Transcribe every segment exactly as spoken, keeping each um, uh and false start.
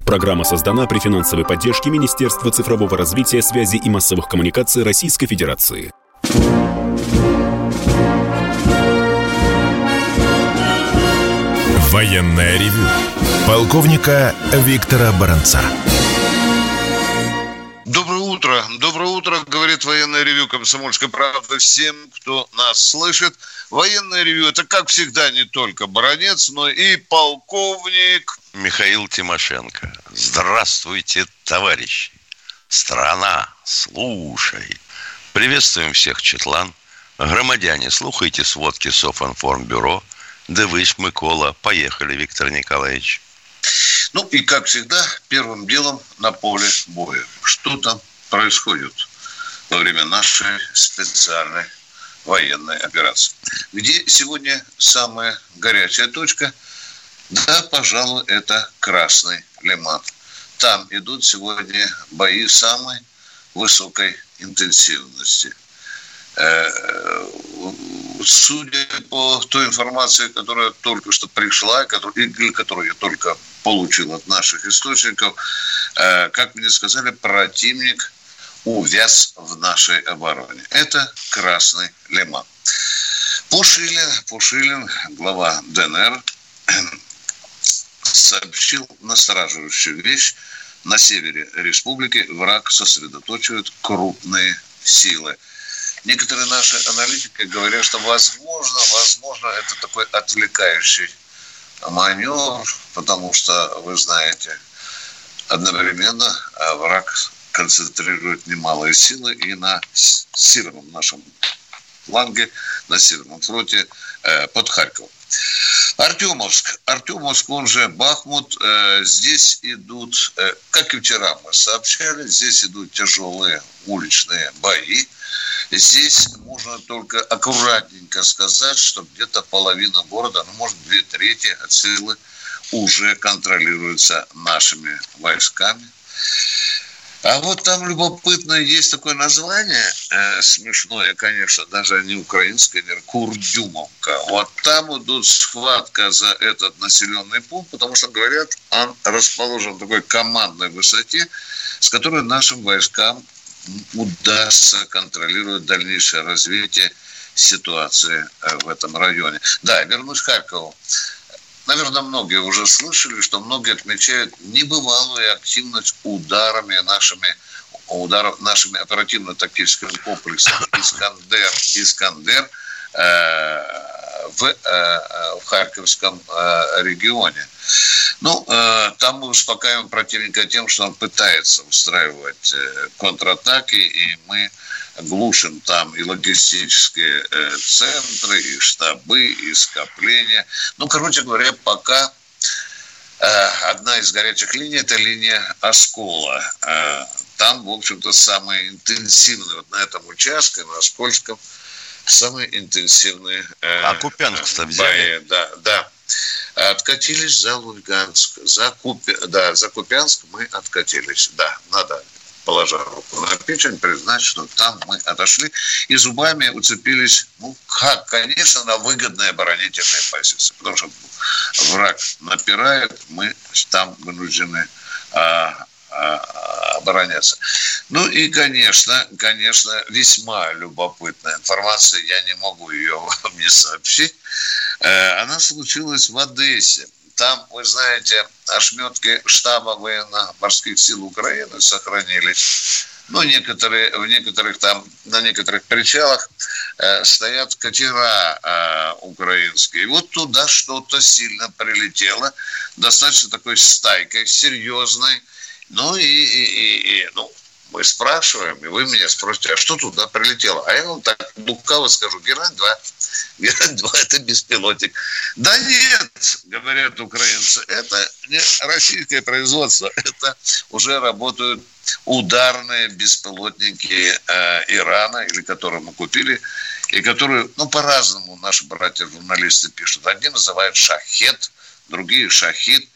Программа создана при финансовой поддержке Министерства цифрового развития, связи и массовых коммуникаций Российской Федерации. Военное ревю полковника Виктора Баранца. Доброе утро. Доброе утро, говорит военное ревю «Комсомольской правды» всем, кто нас слышит. Военное ревю – это, как всегда, не только Баранец, но и полковник Михаил Тимошенко. Здравствуйте, товарищи. Страна, слушай. Приветствуем всех, Четлан. Громадяне, слухайте сводки Софинформбюро. Дивись, Микола. Поехали, Виктор Николаевич. Ну и, как всегда, первым делом на поле боя. Что там происходит во время нашей специальной военной операции? Где сегодня самая горячая точка? Да, пожалуй, это Красный Лиман. Там идут сегодня бои самой высокой интенсивности. Судя по той информации, которая только что пришла, или которую я только получил от наших источников, как мне сказали, противник увяз в нашей обороне. Это Красный Лиман. Пушилин, Пушилин, глава ДНР, сообщил настораживающую вещь. На севере республики враг сосредоточивает крупные силы. Некоторые наши аналитики говорят, что возможно, возможно, это такой отвлекающий маневр, потому что, вы знаете, одновременно враг концентрирует немалые силы и на северном нашем фланге, на Северном фронте под Харьковом. Артемовск. Артемовск, он же Бахмут. Здесь идут, как и вчера мы сообщали, здесь идут тяжелые уличные бои. Здесь можно только аккуратненько сказать, что где-то половина города, ну, может, две трети от силы уже контролируется нашими войсками. А вот там любопытно, есть такое название, э, смешное, конечно, даже не украинское, не Курдюмовка. Вот там идут схватка за этот населенный пункт, потому что, говорят, он расположен в такой командной высоте, с которой нашим войскам удастся контролировать дальнейшее развитие ситуации в этом районе. Да, вернусь к Харькову. Наверное, многие уже слышали, что многие отмечают небывалую активность ударами нашими, ударов нашими оперативно-тактическими комплексами «Искандер», «Искандер» э, в, э, в Харьковском э, регионе. Ну, э, там мы успокаиваем противника тем, что он пытается устраивать э, контратаки, и мы глушим там и логистические э, центры, и штабы, и скопления. Ну, короче говоря, пока э, одна из горячих линий – это линия Оскола. Э, там, в общем-то, самые интенсивные, вот на этом участке, на Оскольском, самые интенсивные э, а Купянск-то взяли? Бои. Да, да. Откатились за Луганск, за, Купи... да, за Купянск мы откатились. Да, надо, положа руку на печень, признать, что там мы отошли и зубами уцепились, ну, как, конечно, на выгодные оборонительные позиции. Потому что враг напирает, мы там вынуждены а, а, обороняться. Ну и, конечно, конечно, весьма любопытная информация, я не могу ее вам не сообщить. Она случилась в Одессе. Там, вы знаете, ошметки штаба военно-морских сил Украины сохранились. Ну, некоторые, в некоторых там, на некоторых причалах э, стоят катера э, украинские. И вот туда что-то сильно прилетело, достаточно такой стайкой, серьезной. Ну и, и, и, и ну, мы спрашиваем, и вы меня спросите, а что туда прилетело? А я вам так лукаво скажу, Герань-два. Герань-два – это беспилотник. Да нет, говорят украинцы, это не российское производство, это уже работают ударные беспилотники э, Ирана, или которые мы купили, и которые, ну, по-разному наши братья-журналисты пишут. Одни называют «Шахед», другие «Шахид».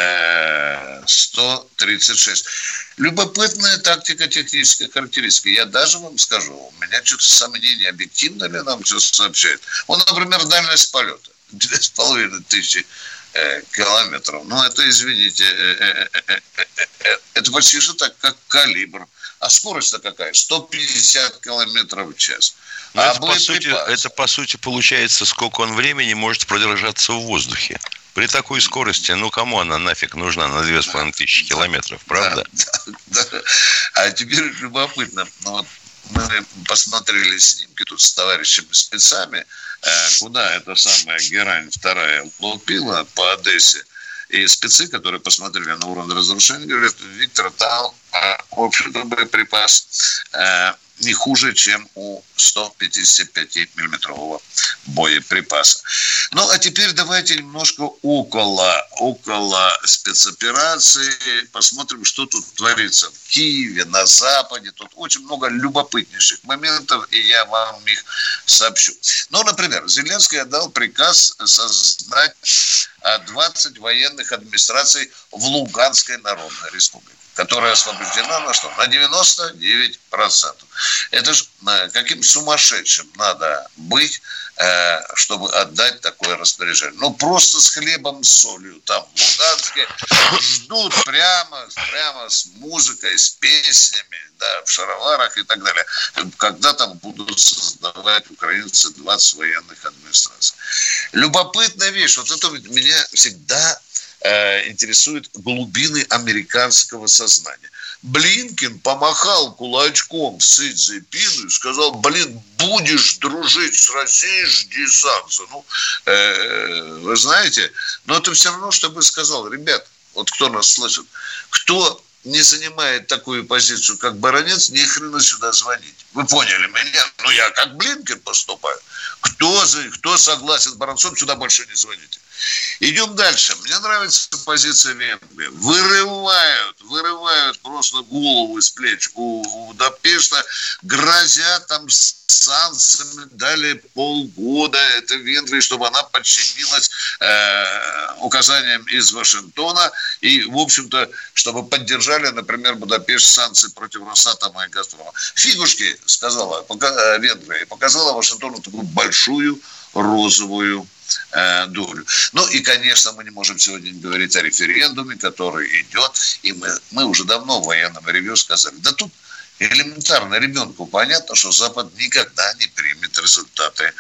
сто тридцать шесть. Любопытная тактика, техническая характеристика. Я даже вам скажу, у меня что-то сомнение, объективно ли нам что-то сообщает. Он, например, дальность полета. Две с половиной тысячи э, километров. Ну, это, извините, э, э, э, э, э, это почти что так, как калибр. А скорость-то какая? сто пятьдесят километров в час. Но а это, по сути, это, по сути, получается, сколько он времени может продержаться в воздухе. При такой скорости, ну, кому она нафиг нужна на две с половиной тысячи километров, правда? Да, да, да. А теперь любопытно. Ну, вот мы посмотрели снимки тут с товарищами-спецами, куда эта самая герань вторая лупила по Одессе. И спецы, которые посмотрели на уровень разрушения, говорят: Виктор, там, в общем-то, боеприпас не хуже, чем у сто пятьдесят пять миллиметрового боеприпаса. Ну, а теперь давайте немножко около, около спецоперации. Посмотрим, что тут творится в Киеве, на Западе. Тут очень много любопытнейших моментов, и я вам их сообщу. Ну, например, Зеленский отдал приказ создать двадцать военных администраций в Луганской Народной Республике, которая освобождена на что? На девяносто девять процентов. Это ж каким сумасшедшим надо быть, чтобы отдать такое распоряжение. Ну, просто с хлебом, с солью. Там в Луганске ждут прямо, прямо с музыкой, с песнями, да, в шароварах и так далее. Когда там будут создавать украинцы двадцать военных администраций. Любопытная вещь. Вот это меня всегда интересует глубины американского сознания. Блинкен помахал кулачком Си Цзиньпину и сказал: блин, будешь дружить с Россией, жди санкций. Ну, э, вы знаете, но это все равно, чтобы сказал: ребят, вот кто нас слышит, кто не занимает такую позицию, как Баранец, ни хрена сюда звонить. Вы поняли меня? Ну, я как Блинкен поступаю. Кто, кто согласен с Баранцом, сюда больше не звоните. Идем дальше. Мне нравится позиция Венгрии. Вырывают, вырывают просто голову из плеч у, у Будапешта, грозят там санкциями, дали полгода это Венгрии, чтобы она подчинилась э, указаниям из Вашингтона и, в общем-то, чтобы поддержали, например, Будапешт санкции против Росатома и Газпрома. Фигушки, сказала пока, Венгрия, показала Вашингтону такую большую розовую э, долю. Ну и, конечно, мы не можем сегодня говорить о референдуме, который идет, и мы, мы уже давно в военном ревью сказали: да тут элементарно ребенку понятно, что Запад никогда не примет результаты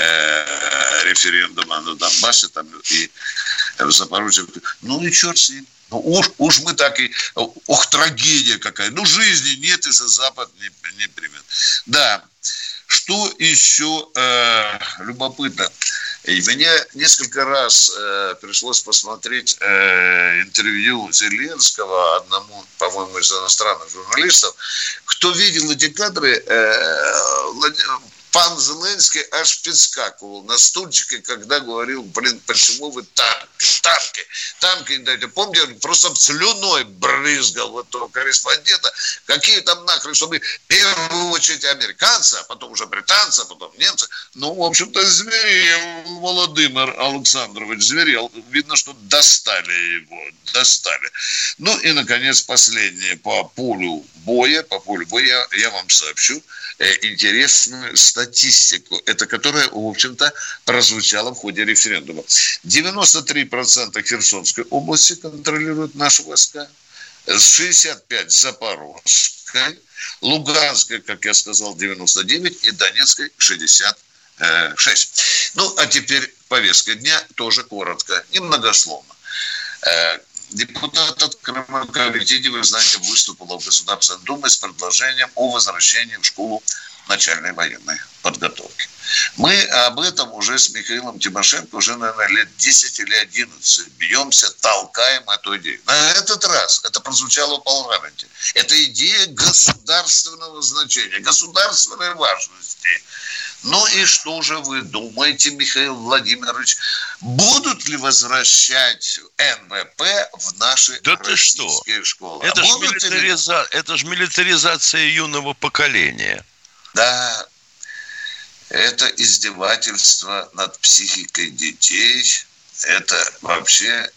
э, референдума на Донбассе там, и в Запорожье. Ну и черт с ним. Ну, уж, уж мы так и... Ох, трагедия какая. Ну, жизни нет, если Запад не, не примет. Да. Что еще э, любопытно? И мне несколько раз э, пришлось посмотреть э, интервью Зеленского одному, по-моему, из иностранных журналистов. Кто видел эти кадры, э, пан Зеленский аж подскакивал на стульчике, когда говорил: блин, почему вы танки, танки, танки не даете? Помните, он просто слюной брызгал вот этого корреспондента. Какие там нахрен, чтобы в первую очередь американцы, а потом уже британцы, а потом немцы. Ну, в общем-то, зверел Володимир Александрович, зверел. Видно, что достали его, достали. Ну и, наконец, последнее по полю боя. По полю боя я, я вам сообщу э, интересную статистику. Это которая, в общем-то, прозвучала в ходе референдума. девяносто три процента Херсонской области контролируют наши войска, шестьдесят пять процентов Запорожской, Луганской, как я сказал, девяносто девять процентов и Донецкой шестьдесят шесть. Ну, а теперь повестка дня тоже коротко, немногословно. Депутат от Крымка-Ветиди, вы знаете, выступила в Государственной Думе с предложением о возвращении в школу начальной военной подготовки. Мы об этом уже с Михаилом Тимошенко уже, наверное, лет десять или одиннадцать бьемся, толкаем эту идею. На этот раз это прозвучало в парламенте. Это идея государственного значения, государственной важности. Ну и что же вы думаете, Михаил Владимирович, будут ли возвращать эн вэ пэ в наши да российские школы? Это а же милитариза... это ж милитаризация юного поколения. Да, это издевательство над психикой детей. Это вообще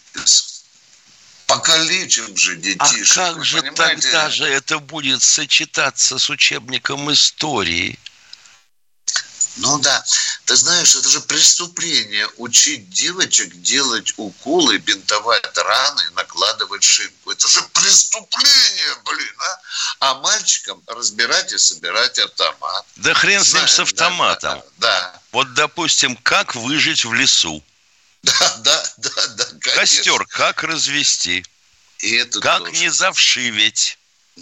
покалечим же детишек. А как же понимаете? Тогда же это будет сочетаться с учебником истории? Ну да. Ты знаешь, это же преступление учить девочек делать уколы, бинтовать раны, накладывать шинку. Это же преступление, блин, а? А мальчикам разбирать и собирать автомат. Да хрен с ним, Знаем, с автоматом. Да, да, да. Вот, допустим, как выжить в лесу? Да, да, да, да, конечно. Костер как развести? И это как тоже. не завшивить?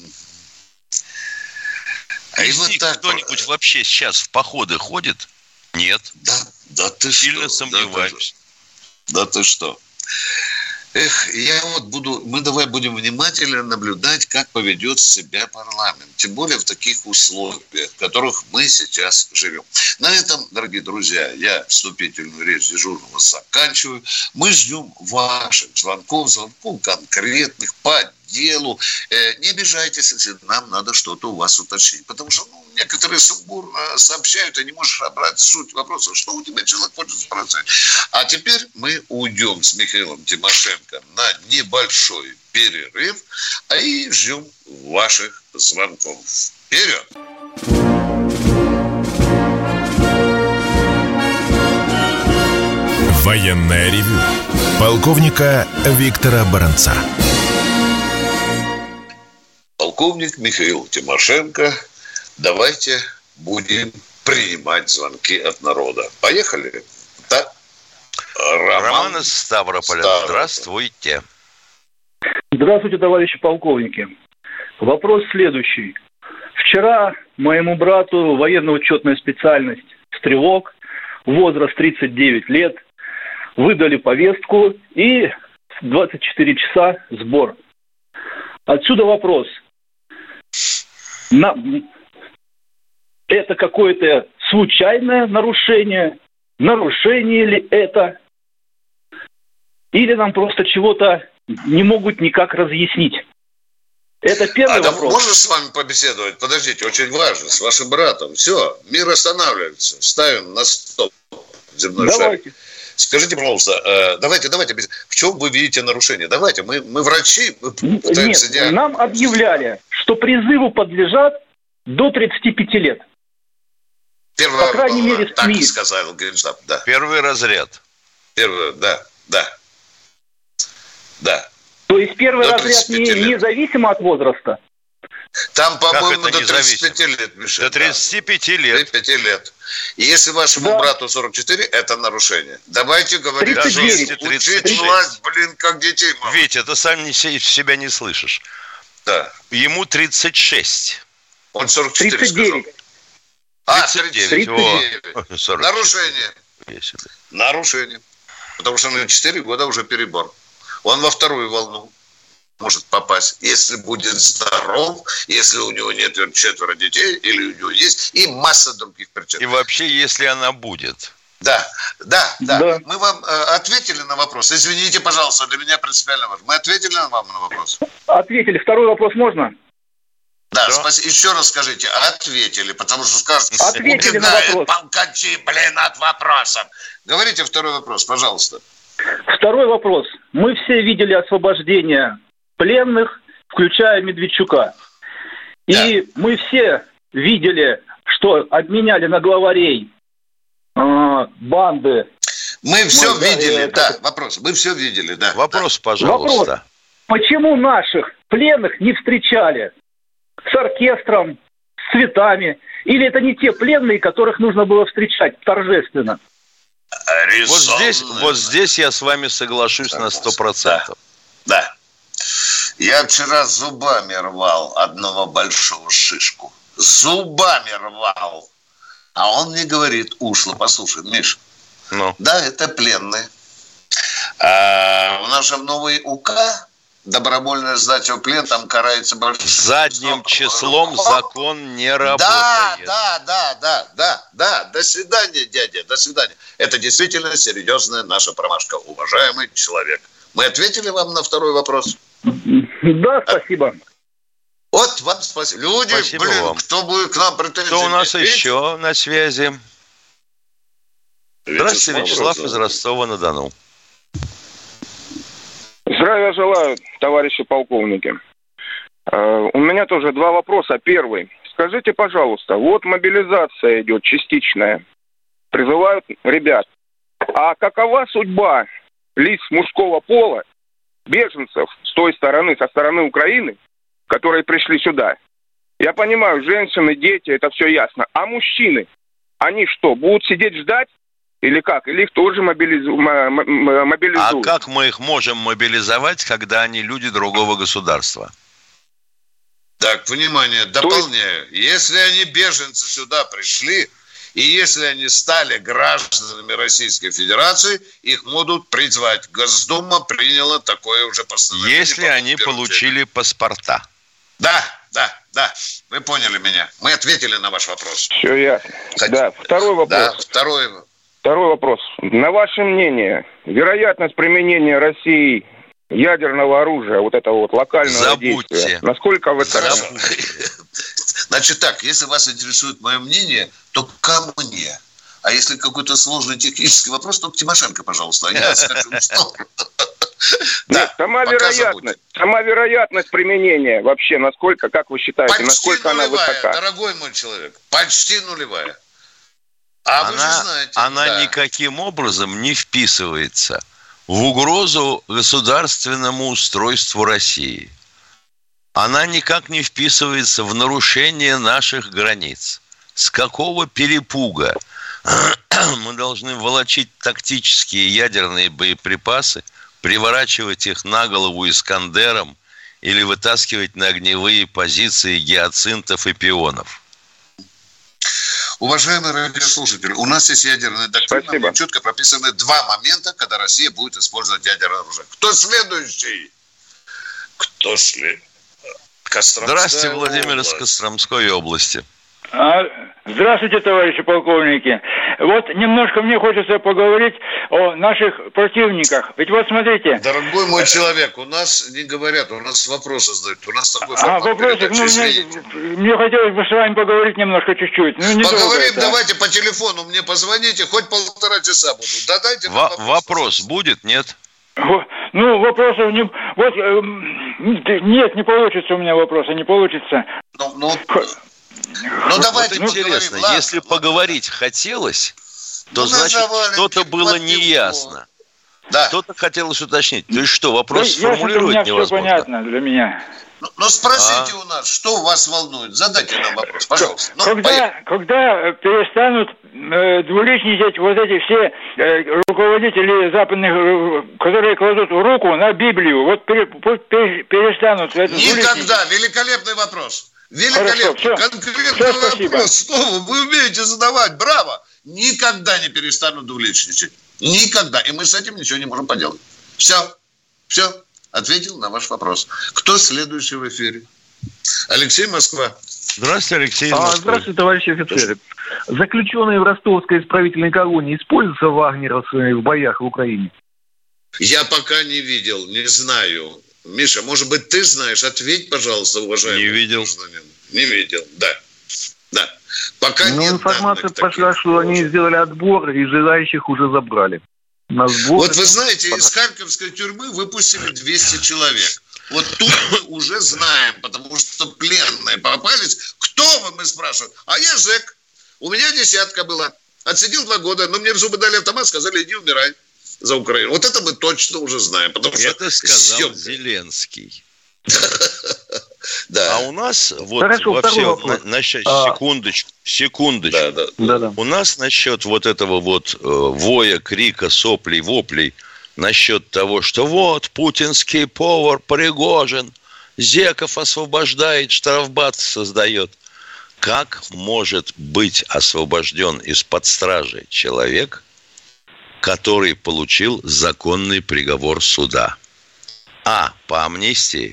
А и Из вот них так кто-нибудь вообще сейчас в походы ходит? Нет. Да, да ты Сильно что? сомневаюсь. Да, да ты что? Эх, я вот буду, мы давай будем внимательно наблюдать, как поведет себя парламент. Тем более в таких условиях, в которых мы сейчас живем. На этом, дорогие друзья, я вступительную речь дежурного заканчиваю. Мы ждем ваших звонков, звонков конкретных по делу. Э, не обижайтесь, если нам надо что-то у вас уточнить. Потому что ну, некоторые сумбурно сообщают, и не можешь обрать суть вопроса, что у тебя человек хочет спросить. А теперь мы уйдем с Михаилом Тимошенко на небольшой перерыв, а и ждем ваших звонков. Вперед! Военное ревю полковника Виктора Баранца. Полковник Михаил Тимошенко. Давайте будем принимать звонки от народа. Поехали. Да? Роман, Роман из Ставрополя. Ставрополь. Здравствуйте. Здравствуйте, товарищи полковники. Вопрос следующий. Вчера моему брату военно-учетная специальность стрелок, возраст тридцать девять лет, выдали повестку и в двадцать четыре часа сбор. Отсюда вопрос. На... Это какое-то случайное нарушение? Нарушение ли это? Или нам просто чего-то не могут никак разъяснить? Это первый а вопрос. Можно с вами побеседовать? Подождите, очень важно, с вашим братом. Все, мир останавливается. Ставим на стоп земной шар. Давайте. Скажите, пожалуйста, э, давайте, давайте, в чем вы видите нарушение? Давайте, мы, мы врачи, мы пытаемся Нет, диагноз. нам объявляли, что призыву подлежат до тридцати пяти лет. Первый, по крайней мере, в так СМИ. сказал Генштаб, да. Первый разряд. Первый, да, да. Да. То есть первый До разряд не, тридцати лет. независимо от возраста? Там, по-моему, это до независимо? тридцати пяти лет, Миша. До тридцати пяти лет. тридцати пяти лет. И если вашему Да. брату сорок четыре, это нарушение. Давайте говорить. тридцать девять. Учить тридцать шесть. власть, блин, как детей. мало. Витя, ты сам не, се- себя не слышишь. Да. Ему тридцать шесть. Он сорок четыре тридцать девять. сказал. А, тридцать девять. тридцать девять. Во. сорок четыре. Нарушение. Есть это. Нарушение. Потому что на четыре года уже перебор. Он во вторую волну может попасть, если будет здоров, если у него нет четверо детей, или у него есть, и масса других причин. И вообще, если она будет. Да, да, да, Да. Мы вам э, ответили на вопрос. Извините, пожалуйста, для меня принципиально важно. Мы ответили вам на вопрос? Ответили. Второй вопрос можно? Да, Да. спасибо. Еще раз скажите, ответили, потому что скажут, Ответили на убегают вопрос. полкачи, блин, от вопросов. Говорите второй вопрос, пожалуйста. Второй вопрос. Мы все видели освобождение пленных, включая Медведчука. И Да. мы все видели, что обменяли на главарей э, банды. Мы все Ну, да, видели, э, да, как- вопрос. Мы все видели, да. Вопрос, пожалуйста. Почему наших пленных не встречали с оркестром, с цветами? Или это не те пленные, которых нужно было встречать торжественно? Да. Вот здесь, Резонно. вот здесь я с вами соглашусь на сто процентов. Да. Я вчера зубами рвал одного большого шишку. Зубами рвал. А он мне говорит, ушло, послушай, Миш, Ну, да, это пленные. А у нас же в новый УК добровольная сдача в плен, там карается большой... задним числом закон не Да, работает. да, да, да, да, да. До свидания, дядя, до свидания. Это действительно серьезная наша промашка, уважаемый человек. Мы ответили вам на второй вопрос? Да, спасибо. Вот вам спасибо. Люди, Спасибо блин, вам. кто будет к нам претензии? Кто у нас иметь? еще на связи? Здравствуйте, Вячеслав из Вячеслав. Ростова-на-Дону. Здравия желаю, товарищи полковники. Э, У меня тоже два вопроса. Первый. Скажите, пожалуйста, вот мобилизация идет частичная. призывают ребят. А какова судьба лиц мужского пола, беженцев с той стороны, со стороны Украины, которые пришли сюда? Я понимаю, женщины, дети, это все ясно. А мужчины, они что, будут сидеть ждать? Или как? Или их тоже мобилизу... мобилизуют? А как мы их можем мобилизовать, когда они люди другого государства? Так, внимание, дополняю. Если они беженцы сюда пришли, и если они стали гражданами Российской Федерации, их будут призвать. Госдума приняла такое уже постановление. Если они получили паспорта. Да, да, да. Вы поняли меня. Мы ответили на ваш вопрос. Все ясно. Хотите? Да, второй вопрос. Да, второй. Второй вопрос. На ваше мнение, вероятность применения России ядерного оружия, вот этого вот локального Забудьте. действия, насколько в это... Значит так, если вас интересует мое мнение, то ко мне. А если какой-то сложный технический вопрос, то к Тимошенко, пожалуйста. А я скажу, что... Нет, сама вероятность, сама вероятность применения вообще, насколько, как вы считаете, почти насколько нулевая, она высока? Дорогой мой человек, почти нулевая. А она, вы же знаете. Она да. никаким образом не вписывается в угрозу государственному устройству России. Она никак не вписывается в нарушение наших границ. С какого перепуга мы должны волочить тактические ядерные боеприпасы, приворачивать их на голову Искандером или вытаскивать на огневые позиции гиацинтов и пионов? Уважаемые радиослушатели, у нас есть ядерная доктрина, четко прописаны два момента, когда Россия будет использовать ядерное оружие. Кто следующий? Кто следующий? Здравствуйте, Владимир из Костромской области. А, здравствуйте, товарищи полковники. Вот немножко мне хочется поговорить о наших противниках. Ведь вот смотрите. Дорогой мой человек, у нас не говорят, у нас вопросы задают. У нас такой формат. А, вопросик, ну, мне, мне хотелось бы с вами поговорить немножко чуть-чуть. Ну, не поговорим, это. Давайте по телефону мне позвоните, хоть полтора часа буду. Да дайте Во- вопрос. Вопрос будет, нет? Ну, вопросов не... Вот, э, нет, не получится у меня вопроса, не получится. Ну, ну... Ну, давайте вот интересно, ладно, если ладно. поговорить хотелось, то, ну, значит, что-то было неясно. Да. Кто-то хотелось уточнить. То есть что, вопрос да, сформулировать ясно, невозможно? Все понятно для меня. Ну, ну спросите а? у нас, что вас волнует. Задайте нам вопрос, пожалуйста. Ну, когда, когда перестанут э, двуличничать вот эти все э, руководители западных, которые кладут руку на Библию, вот пере, пере, перестанут... Никогда. Великолепный вопрос. Великолепно. Хорошо, конкретный все, вопрос. Что вы, вы умеете задавать? Браво! Никогда не перестанут двуличничать. Никогда. И мы с этим ничего не можем поделать. Все. Все. Ответил на ваш вопрос. Кто следующий в эфире? Алексей, Москва. Здравствуйте, Алексей. А, здравствуйте, товарищи офицеры. Заключенные в ростовской исправительной колонии используются вагнеровцы в боях в Украине? Я пока не видел, не знаю. Миша, может быть, ты знаешь? Ответь, пожалуйста, уважаемый. Не видел. Не видел, да. Да. Пока ну, нет информация пошла, что положен. Они сделали отбор, и желающих уже забрали. На сбор, вот вы знаете, из Харьковской тюрьмы выпустили двести человек. Вот тут мы уже знаем, потому что пленные попались. Кто вы, мы спрашиваем? А я зэк. У меня десятка была. Отсидел два года, но мне в зубы дали автомат, сказали, иди умирай за Украину. Вот это мы точно уже знаем. Потому что это сказал съемка. Зеленский. Да. А у нас вот Хорошо, вообще на, насчет а... секундочку, секундочку. Да, да. Да, да. У нас насчет вот этого вот э, воя, крика, соплей, воплей, насчет того, что вот путинский повар Пригожин зеков освобождает, штрафбат создает. Как может быть освобожден из-под стражи человек, который получил законный приговор суда? А. По амнистии.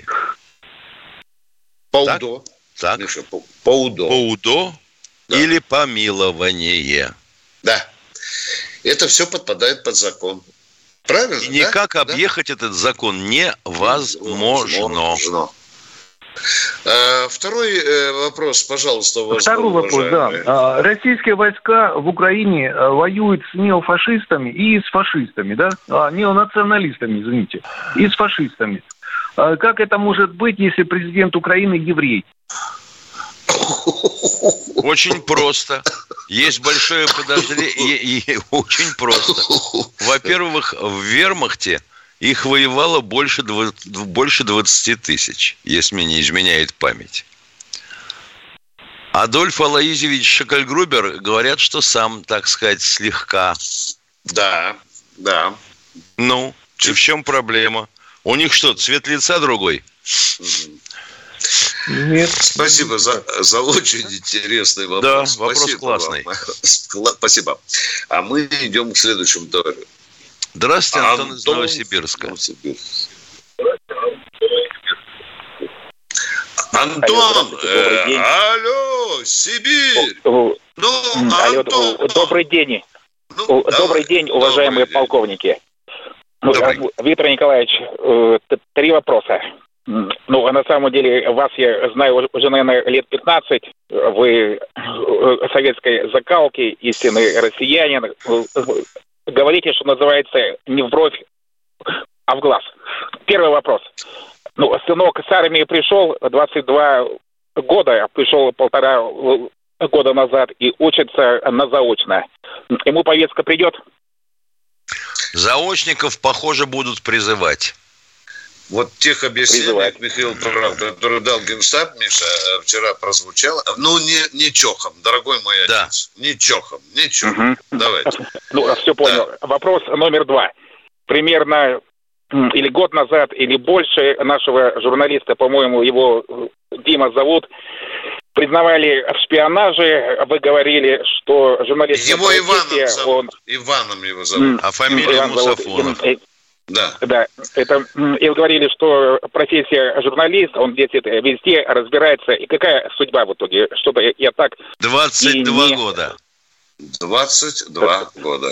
По УДО. Так. Миша, по, по УДО. По УДО да. Или помилование. Да. Это все подпадает под закон. Правильно? И никак да? объехать да? этот закон невозможно. Возможно. А, второй э, вопрос, пожалуйста, уважаемый. Второй вопрос, да. А, российские войска в Украине а, воюют с неофашистами и с фашистами, да? А, неонационалистами, извините. И с фашистами. А, как это может быть, если президент Украины еврей? Очень просто. Есть большое подозрение. Очень просто. Во-первых, в вермахте их воевало больше двадцати тысяч, если мне не изменяет память. Адольф Алоизьевич Шекельгрубер, говорят, что сам, так сказать, слегка. Да, да. Ну, и в чем проблема? У них что, цвет лица другой? Нет. Спасибо за, за очень интересный вопрос. Да, вопрос Спасибо классный. Вам. Спасибо. А мы идем к следующему товарищу. Здравствуйте, Антон, Антон из Новосибирска. Новосибирск. Антон, э, алло, Сибирь. Ну, алло, Антон. Добрый день. Ну, добрый давай. день, уважаемые Добрый день. полковники. Ну, Добрый. Виктор Николаевич, э, три вопроса. Ну, на самом деле, вас я знаю уже, наверное, лет пятнадцать. Вы советской закалки, истинный россиянин. Говорите, что называется, не в бровь, а в глаз. Первый вопрос. Ну, сынок с армии пришел, двадцать два года, пришел полтора года назад и учится на заочно. Ему повестка придет? Заочников, похоже, будут призывать. Вот тех объяснений Михаил Прав, который дал Генштаб, Миша, вчера прозвучало. Ну, не, не чохом, дорогой мой да. отец. Не чохом, не чохом. Угу. Давайте. Ну, все понял. Да. Вопрос номер два. Примерно или год назад, или больше нашего журналиста, по-моему, его Дима зовут, признавали в шпионаже. Вы говорили, что журналист... Его Иваном зовут. Он... Иваном его зовут. А фамилия Мусафонов. Да. Да. Это, и вы говорили, что профессия журналист, он здесь это, везде разбирается. И какая судьба в итоге? Что-то я, я так... двадцать два не... года. двадцать два года.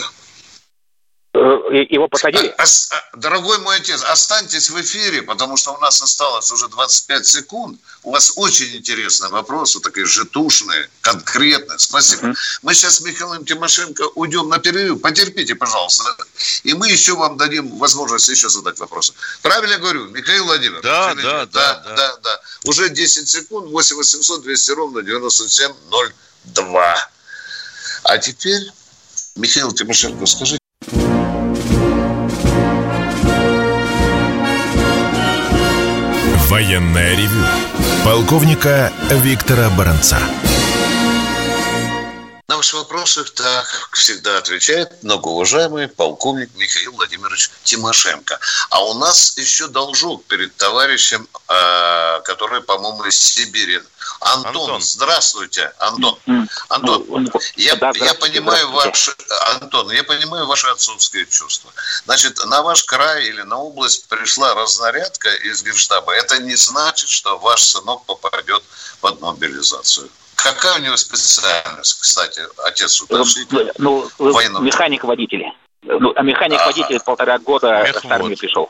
Его посадили? А, а, дорогой мой отец, останьтесь в эфире, потому что у нас осталось уже двадцать пять секунд. У вас очень интересные вопросы, такие жетушные, конкретные. Спасибо. Uh-huh. Мы сейчас с Михаилом Тимошенко уйдем на перерыв. Потерпите, пожалуйста. И мы еще вам дадим возможность еще задать вопросы. Правильно говорю, Михаил Владимирович? Да, да, да, да, да, да, да. Уже десять секунд, восемь восемьсот двести ровно девяносто семь ноль два. А теперь, Михаил Тимошенко, скажите. Военное ревю полковника Виктора Баранца. На ваши вопросы, так, всегда отвечает многоуважаемый полковник Михаил Владимирович Тимошенко. А у нас еще должок перед товарищем, э, который, по-моему, из Сибири. Антон, Антон. Здравствуйте, Антон. Антон, я, да, я понимаю ваше, Антон, я понимаю ваши отцовские чувства. Значит, на ваш край или на область пришла разнарядка из Генштаба. Это не значит, что ваш сынок попадет под мобилизацию. Какая у него специальность, кстати, отец уточнитель? Ну, механик-водитель. Ну, а механик-водитель ага. полтора года в армии пришел.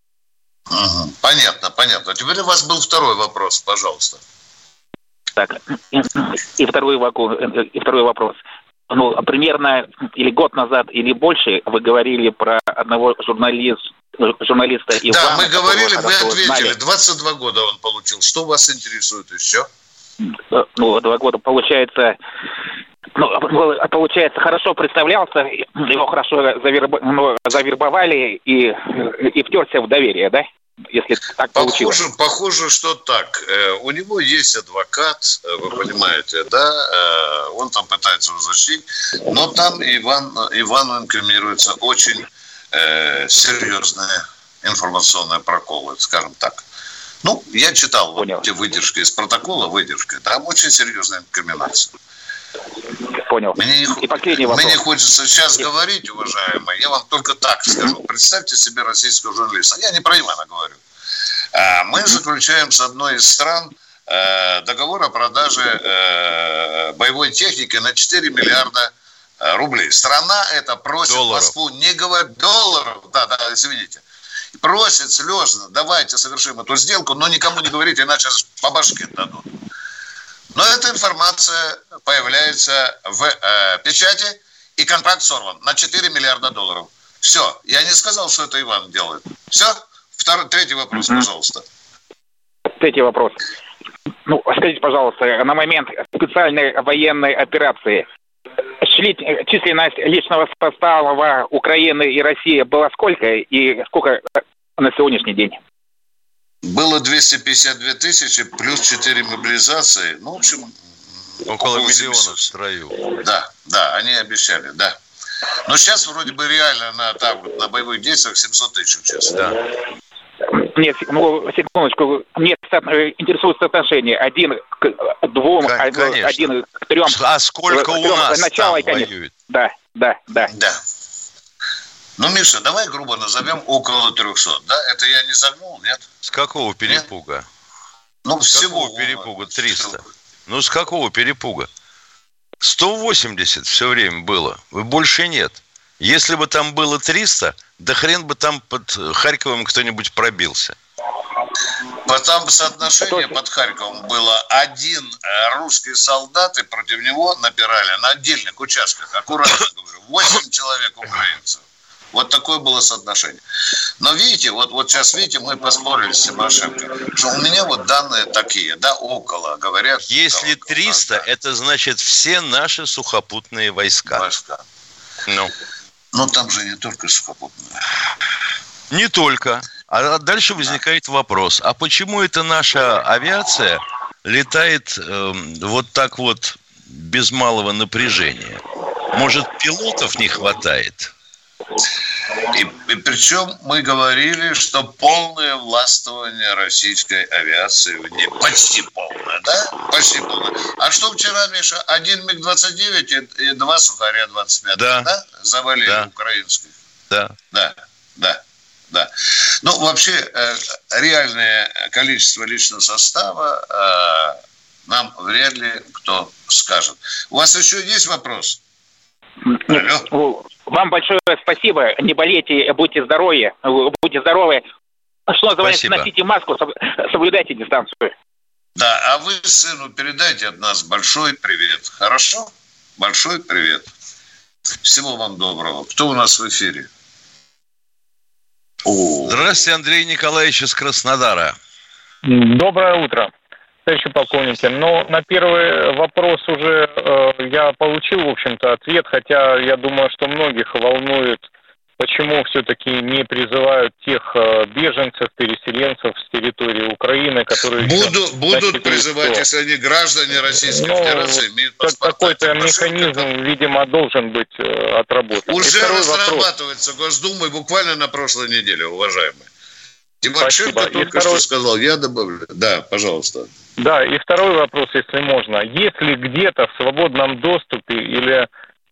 Угу. Понятно, понятно. Теперь у вас был второй вопрос, пожалуйста. Так, и второй, и второй вопрос. Ну, примерно или год назад, или больше вы говорили про одного журналиста, журналиста Ивана. Да, мы говорили, вы ответили. Знали. двадцать два года он получил. Что вас интересует еще? Ну, два года, получается... Ну, получается, хорошо представлялся, его хорошо заверб... ну, завербовали и, и втерся в доверие, да? Если так получилось. Похоже, похоже, что так. Э, у него есть адвокат, вы понимаете, да? Э, он там пытается его защитить, но там Иван, Ивану инкриминируются очень э, серьезные информационные проколы, скажем так. Ну, я читал вот эти выдержки из протокола, выдержки, там очень серьезная инкриминация. Понял. Мне не, И последний вопрос. Мне не хочется сейчас говорить, уважаемые, я вам только так скажу. Представьте себе российского журналиста. Я не про Ивана говорю. Мы заключаем с одной из стран договор о продаже боевой техники на четыре миллиарда рублей. Страна эта просит долларов. Москву не говорить долларов. Да, да, извините. Просит слезно, давайте совершим эту сделку, но никому не говорите, иначе по башке дадут. Но эта информация появляется в э, печати, и контракт сорван на четыре миллиарда долларов. Все. Я не сказал, что это Иван делает. Все? Второй, третий вопрос, mm-hmm. пожалуйста. Третий вопрос. ну, скажите, пожалуйста, на момент специальной военной операции численность личного состава Украины и России была сколько и сколько на сегодняшний день? Было двести пятьдесят две тысячи плюс четыре мобилизации. Ну, в общем, около миллиона в строю. Да, да, они обещали, да. Но сейчас вроде бы реально на, там, на боевых действиях семьсот тысяч участвует. Да. Нет, ну, секундочку, мне интересует соотношение один к двум, Конечно. один к трем. А сколько у нас начало там и конец. воюет? Да, да, да. Да. Ну, Миша, давай грубо назовем около трехсот, да? Это я не загнул, нет? С какого перепуга? Нет? Ну, с всего. Какого перепуга? триста. Ну, с какого перепуга? сто восемьдесят все время было. Больше нет. Если бы там было триста, да хрен бы там под Харьковом кто-нибудь пробился. Там соотношение под Харьковом было один русский солдат, и против него напирали на отдельных участках, аккуратно говорю, восемь человек украинцев. Вот такое было соотношение. Но видите, вот, вот сейчас, видите, мы поспорили с Тимошенко, что у меня вот данные такие, да, около, говорят. Если около, триста, да. Это значит все наши сухопутные войска. Войска. Ну. Но там же не только сухопутные. Не только. А дальше возникает вопрос, а почему это наша авиация летает э, вот так вот без малого напряжения? Может, пилотов не хватает? И, и причем мы говорили, что полное властвование российской авиации в ней. Почти полное, да? Почти полное. А что вчера, Миша, один миг двадцать девять и, и два Сухаря двадцать пять, да? да? Завалили да. украинских. Да. Да, да, да. Ну, вообще, э, реальное количество личного состава э, нам вряд ли кто скажет. У вас еще есть вопрос? Алло. Вам большое спасибо. Не болейте, будьте здоровы. Будьте здоровы. Что называется, спасибо. Носите маску, соблюдайте дистанцию. Да, а вы сыну передайте от нас большой привет. Хорошо? Большой привет. Всего вам доброго. Кто у нас в эфире? О. Здравствуйте, Андрей Николаевич из Краснодара. Доброе утро, товарищи полковники. Но на первый вопрос уже э, я получил, в общем-то, ответ, хотя я думаю, что многих волнует, почему все-таки не призывают тех э, беженцев, переселенцев с территории Украины, которые... Буду, еще, будут призывать, что... если они граждане Российской ну, Федерации, имеют паспорта. Какой-то механизм, как... видимо, должен быть э, отработан. Уже разрабатывается вопрос. Госдумой буквально на прошлой неделе, уважаемые. Тимошенко только второй... что сказал, я добавлю. Да, пожалуйста. Да, и второй вопрос, если можно. Если где-то в свободном доступе или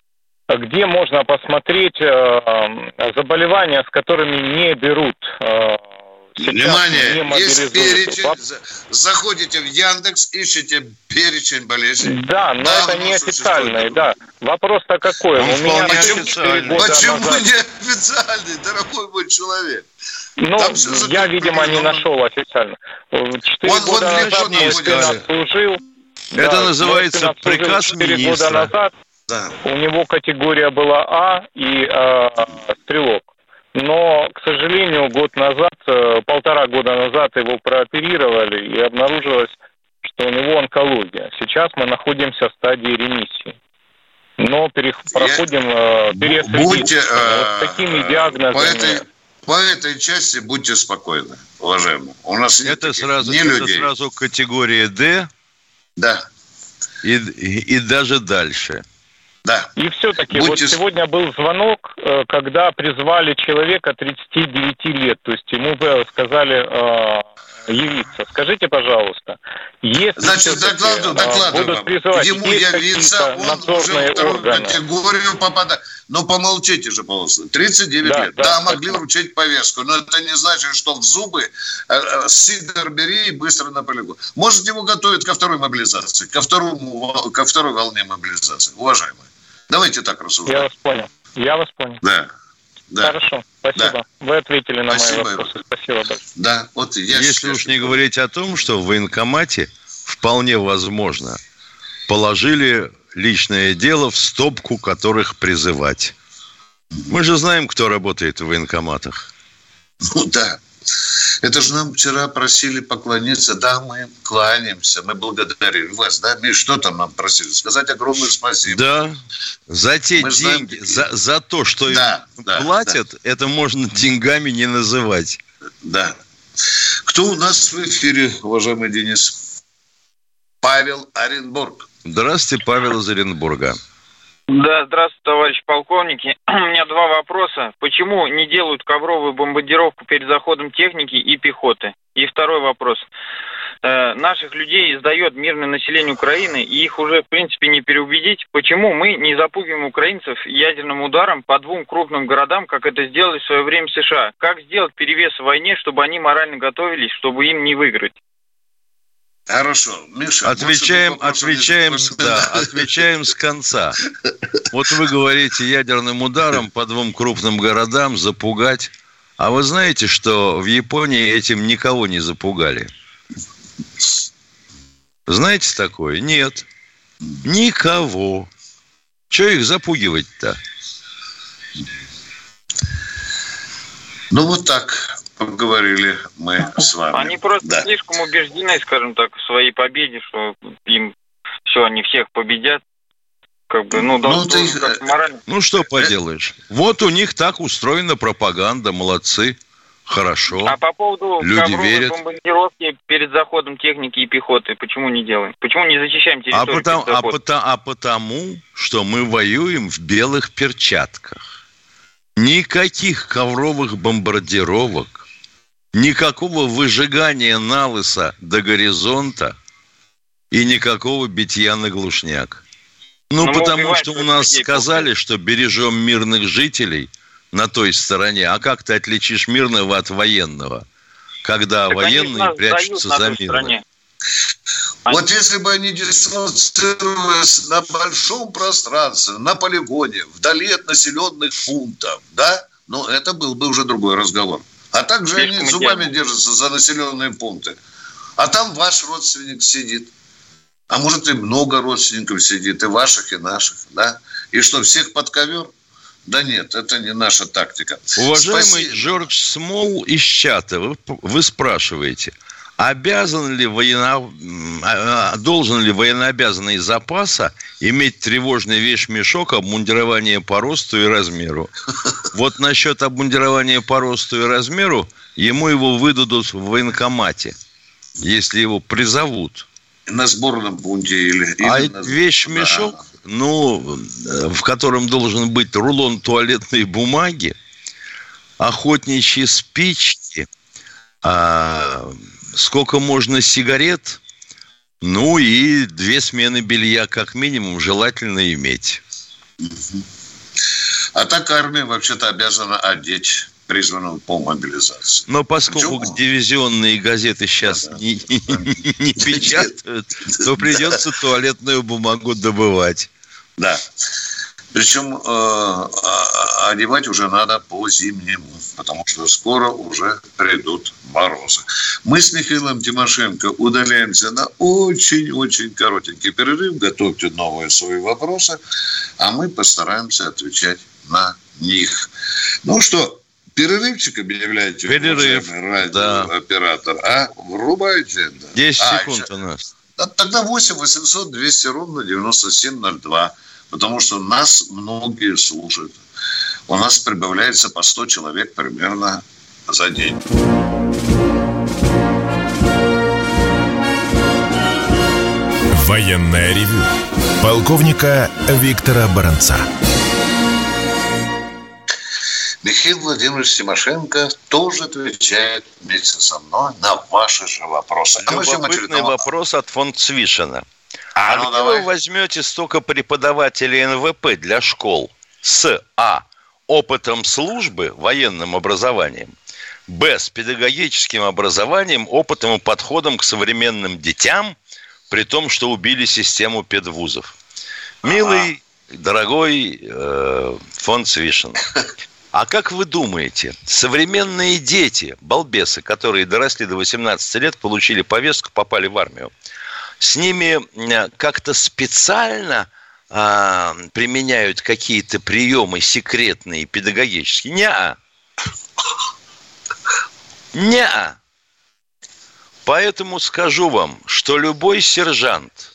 где можно посмотреть э, заболевания, с которыми не берут э, внимание, не есть перечень. Заходите в Яндекс, ищите перечень болезней. Да, но да, это не официальный, да. Вопрос-то какой? Он У меня почему почему назад... не официальный, дорогой мой человек? Ну, я, видимо, не нашел официально. Четыре он, года он назад мой сын отслужил. Это да, называется приказ министра. Года назад. Да. У него категория была А и э, стрелок. Но, к сожалению, год назад, э, полтора года назад его прооперировали и обнаружилось, что у него онкология. Сейчас мы находимся в стадии ремиссии. Но перех... Я... проходим э, переосреднение. Э, вот с такими диагнозами. По этой, по этой части будьте спокойны, уважаемые. У нас это сразу, не это сразу категория Д. Да. И, и, и даже дальше. Да. И все-таки Будьте... вот сегодня был звонок, когда призвали человека тридцати девяти лет, то есть ему сказали э, явиться. Скажите, пожалуйста, если Значит, докладываю, докладываю будут призывать, ему явиться, он уже в вторую категорию попадает. Ну, помолчите же, пожалуйста. тридцать девять да, лет. Да, да могли так... вручить повестку, но это не значит, что в зубы э, э, сидор бери и быстро на полигон. Может, его готовят ко второй мобилизации, ко, второму, ко второй волне мобилизации. Уважаемые. Давайте так рассуждать. Я вас понял. Я вас понял. Да. Да. Хорошо, спасибо. Да. Вы ответили на спасибо. мои вопросы. Спасибо большое. Да, вот я Если считаю, уж не что... говорить о том, что в военкомате вполне возможно положили личное дело в стопку, которых призывать. Мы же знаем, кто работает в военкоматах. Ну да, Это же нам вчера просили поклониться. Да, мы кланяемся, мы благодарим вас. Да, Миш, что там нам просили? Сказать огромное спасибо. Да, за те мы деньги, знаем... за, за то, что да, им да, платят, да. это можно деньгами не называть. Да. Кто у нас в эфире, уважаемый Денис? Павел Оренбург. Здравствуйте, Павел из Оренбурга. Да, здравствуйте, товарищ полковники. У меня два вопроса. Почему не делают ковровую бомбардировку перед заходом техники и пехоты? И второй вопрос. Э, наших людей сдает мирное население Украины, и их уже, в принципе, не переубедить. Почему мы не запугиваем украинцев ядерным ударом по двум крупным городам, как это сделали в свое время США? Как сделать перевес в войне, чтобы они морально готовились, чтобы им не выиграть? Хорошо, Миша. Отвечаем, отвечаем, да, отвечаем с конца. Вот вы говорите ядерным ударом по двум крупным городам запугать. А вы знаете, что в Японии этим никого не запугали? Знаете такое? Нет. Никого. Чего их запугивать-то? Ну, вот так поговорили мы с вами. Они просто да. слишком убеждены, скажем так, в своей победе, что им все, они всех победят. Как бы, ну, ну, ты... морально... ну, что поделаешь? Вот у них так устроена пропаганда, молодцы, хорошо. А по поводу люди ковровой верят. бомбардировки перед заходом техники и пехоты, почему не делаем? Почему не защищаем территорию? А потому, а, потому, а потому, что мы воюем в белых перчатках. Никаких ковровых бомбардировок, никакого выжигания налыса до горизонта и никакого битья на глушняк. Ну, Но потому что у нас сказали, после. Что бережем мирных жителей на той стороне. А как ты отличишь мирного от военного, когда так военные прячутся за мирным? Вот если бы они дислоцировались на большом пространстве, на полигоне, вдали от населенных пунктов, да, ну, это был бы уже другой разговор. А так же они зубами держатся за населенные пункты. А там ваш родственник сидит. А может, и много родственников сидит, и ваших, и наших, да? И что, всех под ковер? Да нет, это не наша тактика. Уважаемый Спасибо. Джордж Смол из чата, вы, вы спрашиваете, обязан ли военно... должен ли военнообязанный из запаса иметь тревожный вещмешок, обмундирование по росту и размеру? Вот насчет обмундирования по росту и размеру, ему его выдадут в военкомате, если его призовут. На сборном пункте или... А или на... вещмешок, да. ну, в котором должен быть рулон туалетной бумаги, охотничьи спички, а, сколько можно сигарет, ну и две смены белья как минимум желательно иметь. А так армия вообще-то обязана одеть призванного по мобилизации. Но поскольку Почему? дивизионные газеты сейчас да, не, да. не, не печатают, то придется да. туалетную бумагу добывать. Да. Причем э, одевать уже надо по-зимнему, потому что скоро уже придут морозы. Мы с Михаилом Тимошенко удаляемся на очень-очень коротенький перерыв. Готовьте новые свои вопросы, а мы постараемся отвечать на них. Ну что, перерывчик объявляете? Перерыв, радиооператор. Да. А? Врубайте. Да. десять а, секунд сейчас. у нас. Тогда восемь восемьсот двести ровно девяносто семь ноль два. Потому что нас многие слушают. У нас прибавляется по сто человек примерно за день. Военное ревю полковника Виктора Баранца. Михаил Владимирович Тимошенко тоже отвечает вместе со мной на ваши же вопросы. Любопытный вопрос от фон Цвишина. А, а ну где давай. Вы возьмете столько преподавателей эн вэ пэ для школ с а. опытом службы, военным образованием, б. с педагогическим образованием, опытом и подходом к современным детям, при том, что убили систему педвузов? Милый, ага. дорогой э, фон Цвишин, а как вы думаете, современные дети, балбесы, которые доросли до восемнадцати лет, получили повестку, попали в армию, с ними как-то специально а, применяют какие-то приемы секретные, педагогические? Не-а. Не-а. Поэтому скажу вам, что любой сержант,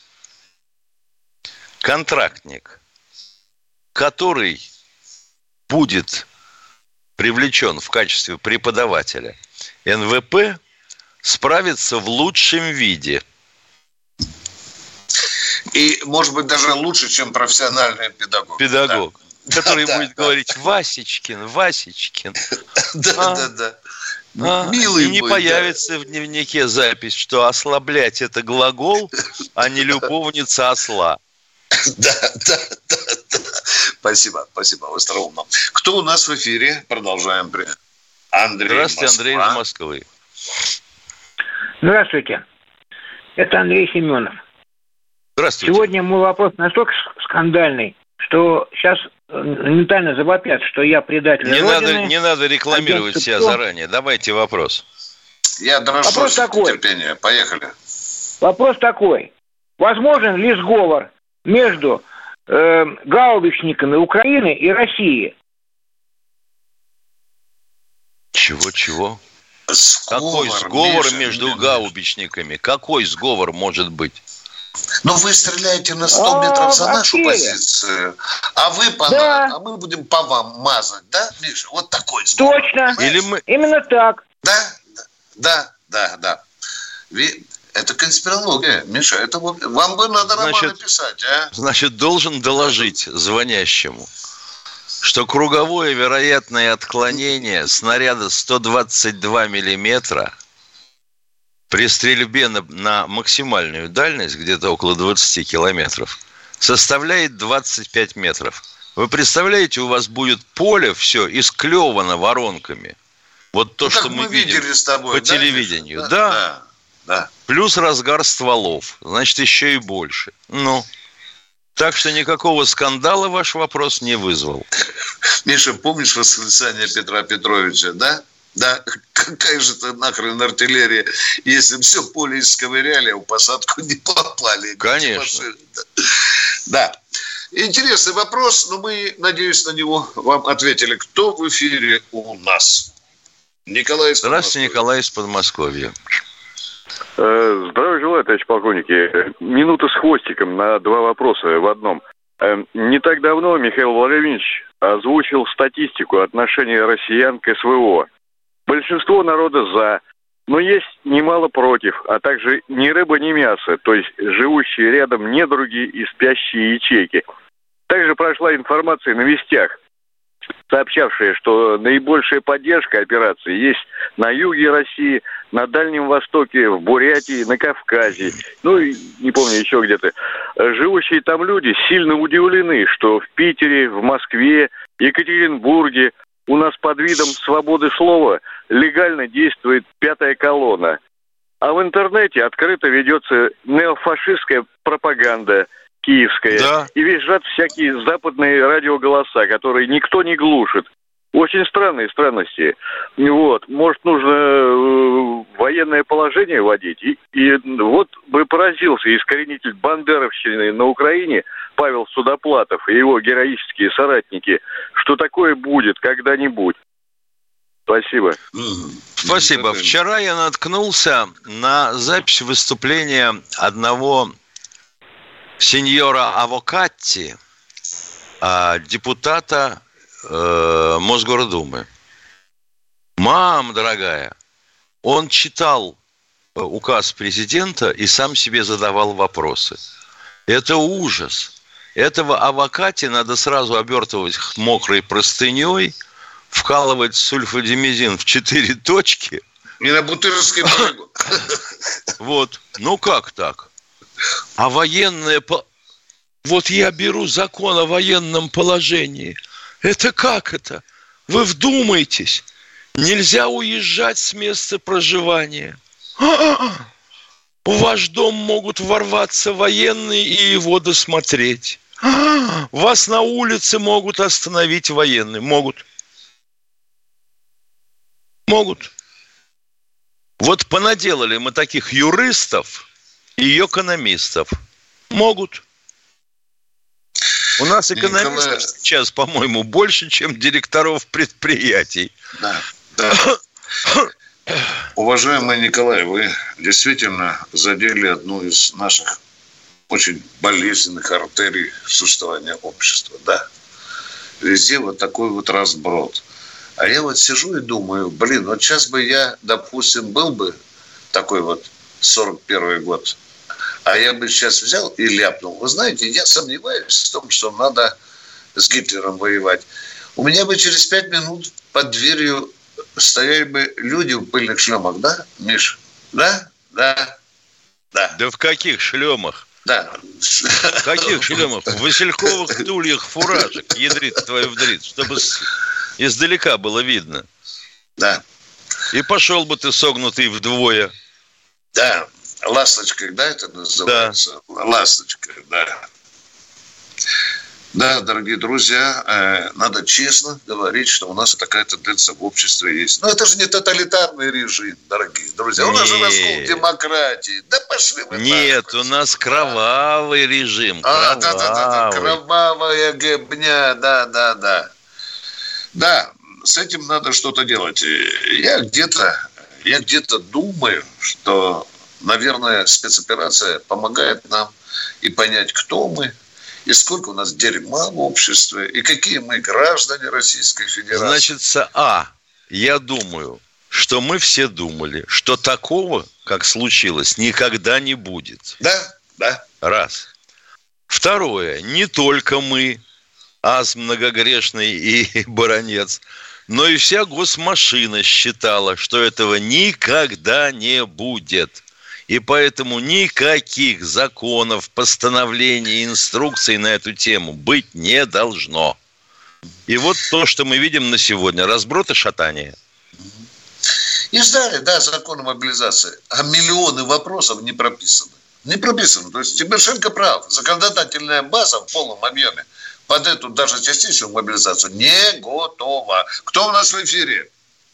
контрактник, который будет привлечен в качестве преподавателя эн вэ пэ, справится в лучшем виде. И, может быть, даже лучше, чем профессиональный педагог. Педагог, да. который да, будет да, говорить: да. Васечкин, Васечкин. Да, а, да, да. а, Милый и не мой, появится да. в дневнике запись, что ослаблять — это глагол, а не любовница осла. Да, да, да, да. Спасибо, спасибо, остроумно. Кто у нас в эфире? Продолжаем. Андрей. Здравствуйте, Москва. Андрей из Москвы. Здравствуйте. Это Андрей Семенов. Здравствуйте. Сегодня мой вопрос настолько скандальный, что сейчас ментально завопят, что я предатель не Родины. Надо, не надо рекламировать себя кто? заранее. Давайте вопрос. Я дрожу от терпения. Поехали. Вопрос такой. Возможен ли сговор между э, гаубичниками Украины и России? Чего-чего? Сговор Какой сговор между, между между гаубичниками? Какой сговор может быть? Но вы стреляете на сто метров за нашу Россия. позицию, а вы по Да. нам, а мы будем по вам мазать, да, Миша? Вот такой сговор. Точно. Или мы... Именно так. Да, да, да, да. Ви... Это конспирология, Миша. Это вот... Вам бы надо Значит, романы писать, а? Значит, должен доложить звонящему, что круговое вероятное отклонение снаряда сто двадцать два миллиметра при стрельбе на, на максимальную дальность, где-то около двадцать километров, составляет двадцать пять метров. Вы представляете, у вас будет поле все исклевано воронками. Вот то, ну, что как мы, мы видим видели с тобой, по да, телевидению. Да, да. да, да. Плюс разгар стволов. Значит, еще и больше. Ну, так что никакого скандала ваш вопрос не вызвал. Миша, помнишь восклицание Петра Петровича, да? Да, какая же это нахрен артиллерия, если бы все поле исковыряли, а в посадку не попали. Конечно. Да. Интересный вопрос, но мы, надеюсь, на него вам ответили. Кто в эфире у нас? Николай из Подмосковья. Здравствуйте, Николай из Подмосковья. Здравия желаю, товарищ полковники. Минута с хвостиком на два вопроса в одном. Не так давно Михаил Владимирович озвучил статистику отношения россиян к эс вэ о. Большинство народа за, но есть немало против, а также ни рыба, ни мясо, то есть живущие рядом недруги и спящие ячейки. Также прошла информация на вестях, сообщавшая, что наибольшая поддержка операции есть на юге России, на Дальнем Востоке, в Бурятии, на Кавказе, ну и не помню еще где-то. Живущие там люди сильно удивлены, что в Питере, в Москве, Екатеринбурге у нас под видом свободы слова легально действует пятая колонна. А в интернете открыто ведется неофашистская пропаганда киевская. Да. И визжат всякие западные радиоголоса, которые никто не глушит. Очень странные странности. Вот. Может, нужно э, военное положение вводить. И, и вот бы поразился искоренитель бандеровщины на Украине Павел Судоплатов и его героические соратники, что такое будет когда-нибудь. Спасибо. Спасибо. Вчера я наткнулся на запись выступления одного сеньора Авокатти, депутата э, Мосгордумы. Мам, дорогая, он читал указ президента и сам себе задавал вопросы. Это ужас. Этого Авокатти надо сразу обертывать мокрой простыней, вкалывать сульфадимизин в четыре точки. И на Бутырской полигон. Вот. Ну как так? А военное... По... Вот я беру закон о военном положении. Это как это? Вы вдумайтесь. Нельзя уезжать с места проживания. А-а-а. В ваш дом могут ворваться военные и его досмотреть. А-а-а. Вас на улице могут остановить военные. Могут. Могут. Вот понаделали мы таких юристов и экономистов. Могут. У нас экономистов Николай... сейчас, по-моему, больше, чем директоров предприятий. Да, да. Уважаемый Николай, вы действительно задели одну из наших очень болезненных артерий существования общества. Да, везде вот такой вот разброд. А я вот сижу и думаю, блин, вот сейчас бы я, допустим, был бы такой вот сорок первый год, а я бы сейчас взял и ляпнул. Вы знаете, я сомневаюсь в том, что надо с Гитлером воевать. У меня бы через пять минут под дверью стояли бы люди в пыльных шлемах, да, Миш? Да? Да? Да. Да в каких шлемах? Да. В каких шлемах? В васильковых тульях фуражек, ядрит твою вдрит, чтобы издалека было видно. Да. И пошел бы ты согнутый вдвое. Да. Ласточкой, да, это называется? Да. Ласточкой, да. Да, дорогие друзья, э, надо честно говорить, что у нас такая тенденция в обществе есть. Но это же не тоталитарный режим, дорогие друзья. У нас же раскол демократии. Да пошли вы. Нет, так, у нас кровавый режим. А, кровавый. да, да, да, да, кровавая гебня, да, да, да. Да, с этим надо что-то делать. Я где-то, я где-то думаю, что, наверное, спецоперация помогает нам и понять, кто мы, и сколько у нас дерьма в обществе, и какие мы граждане Российской Федерации. Значит, а, я думаю, что мы все думали, что такого, как случилось, никогда не будет. Да, да. Раз. Второе, не только мы, ас многогрешный и баронец, но и вся госмашина считала, что этого никогда не будет. И поэтому никаких законов, постановлений, инструкций на эту тему быть не должно. И вот то, что мы видим на сегодня. Разброд и шатание. И ждали, да, закон о мобилизации. А миллионы вопросов не прописаны. Не прописано. То есть Тимошенко прав. Законодательная база в полном объеме под эту даже частичную мобилизацию не готова. Кто у нас в эфире?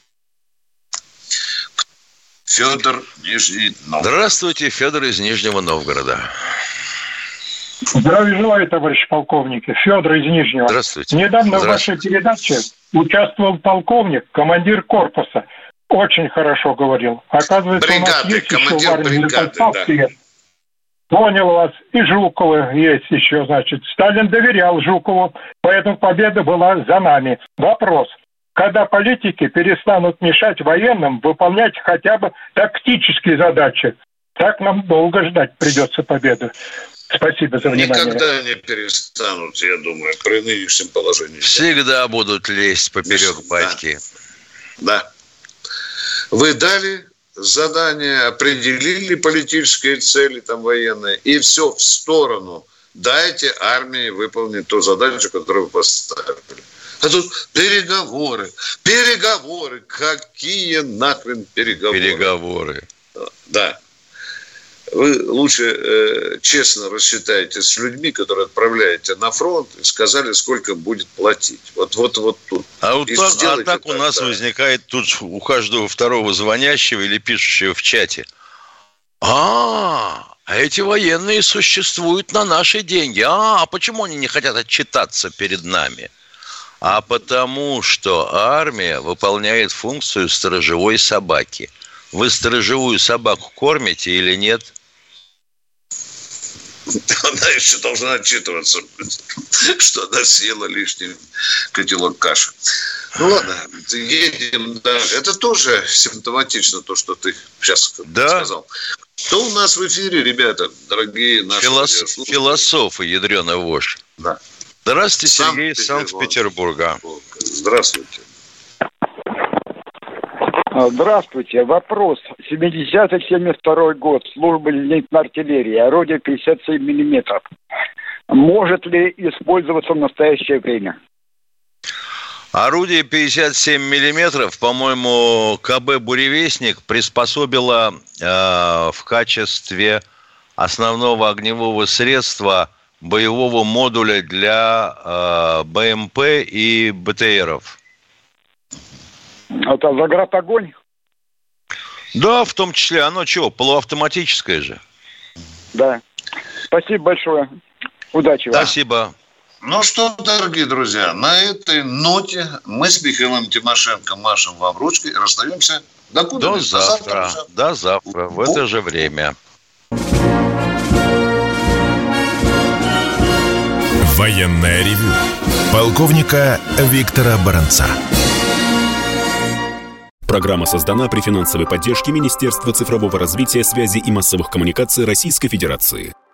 Федор, Нижний Новгород. Здравствуйте, Федор из Нижнего Новгорода. Здравия желаю, товарищ полковник. Федор из Нижнего. Здравствуйте. Недавно Здравствуйте. в вашей передаче участвовал полковник, командир корпуса. Очень хорошо говорил. Оказывается, бригады, у нас есть еще в армии бригады, да. Понял вас. И Жуковы есть еще, значит. Сталин доверял Жукову, поэтому победа была за нами. Вопрос. Когда политики перестанут мешать военным выполнять хотя бы тактические задачи, так нам долго ждать придется победы. Спасибо за внимание. Никогда не перестанут, я думаю, при нынешнем положении. Всегда будут лезть поперек батьки. Да. да. Вы дали задание, определили политические цели там военные, и все в сторону. Дайте армии выполнить ту задачу, которую вы поставили. А тут переговоры, переговоры. Какие нахрен переговоры? Переговоры. Да. Вы лучше э, честно рассчитаете с людьми, которые отправляете на фронт, и сказали, сколько будет платить. Вот, вот, вот тут. А вот так, а так у нас да. возникает тут у каждого второго звонящего или пишущего в чате. А, а эти военные существуют на наши деньги. А, а почему они не хотят отчитаться перед нами? А потому что армия выполняет функцию сторожевой собаки. Вы сторожевую собаку кормите или нет? Она еще должна отчитываться, что она съела лишний котелок каши. Ну ладно, едем дальше. Это тоже симптоматично, то, что ты сейчас да. сказал. Кто у нас в эфире, ребята, дорогие наши Филос... Философы, ядреная вошь. Да. Здравствуйте, Сергей из Санкт-Петербурга. Здравствуйте. Здравствуйте. Вопрос. семидесятый семьдесят второй год. Служба зенитной артиллерии. Орудие пятьдесят семь миллиметров. Может ли использоваться в настоящее время? Орудие пятьдесят семь миллиметров, по-моему, КБ «Буревестник» приспособило э, в качестве основного огневого средства боевого модуля для э, БМП и БТРов. Это заградогонь? Да, в том числе. Оно чего, полуавтоматическое же? Да. Спасибо большое. Удачи вам. Спасибо. Ну что, дорогие друзья, на этой ноте мы с Михаилом Тимошенко машем вам ручкой и расстаемся Докуда? До завтра. завтра До завтра. В это же время. Военное ревю полковника Виктора Баранца. Программа создана при финансовой поддержке Министерства цифрового развития, связи и массовых коммуникаций Российской Федерации.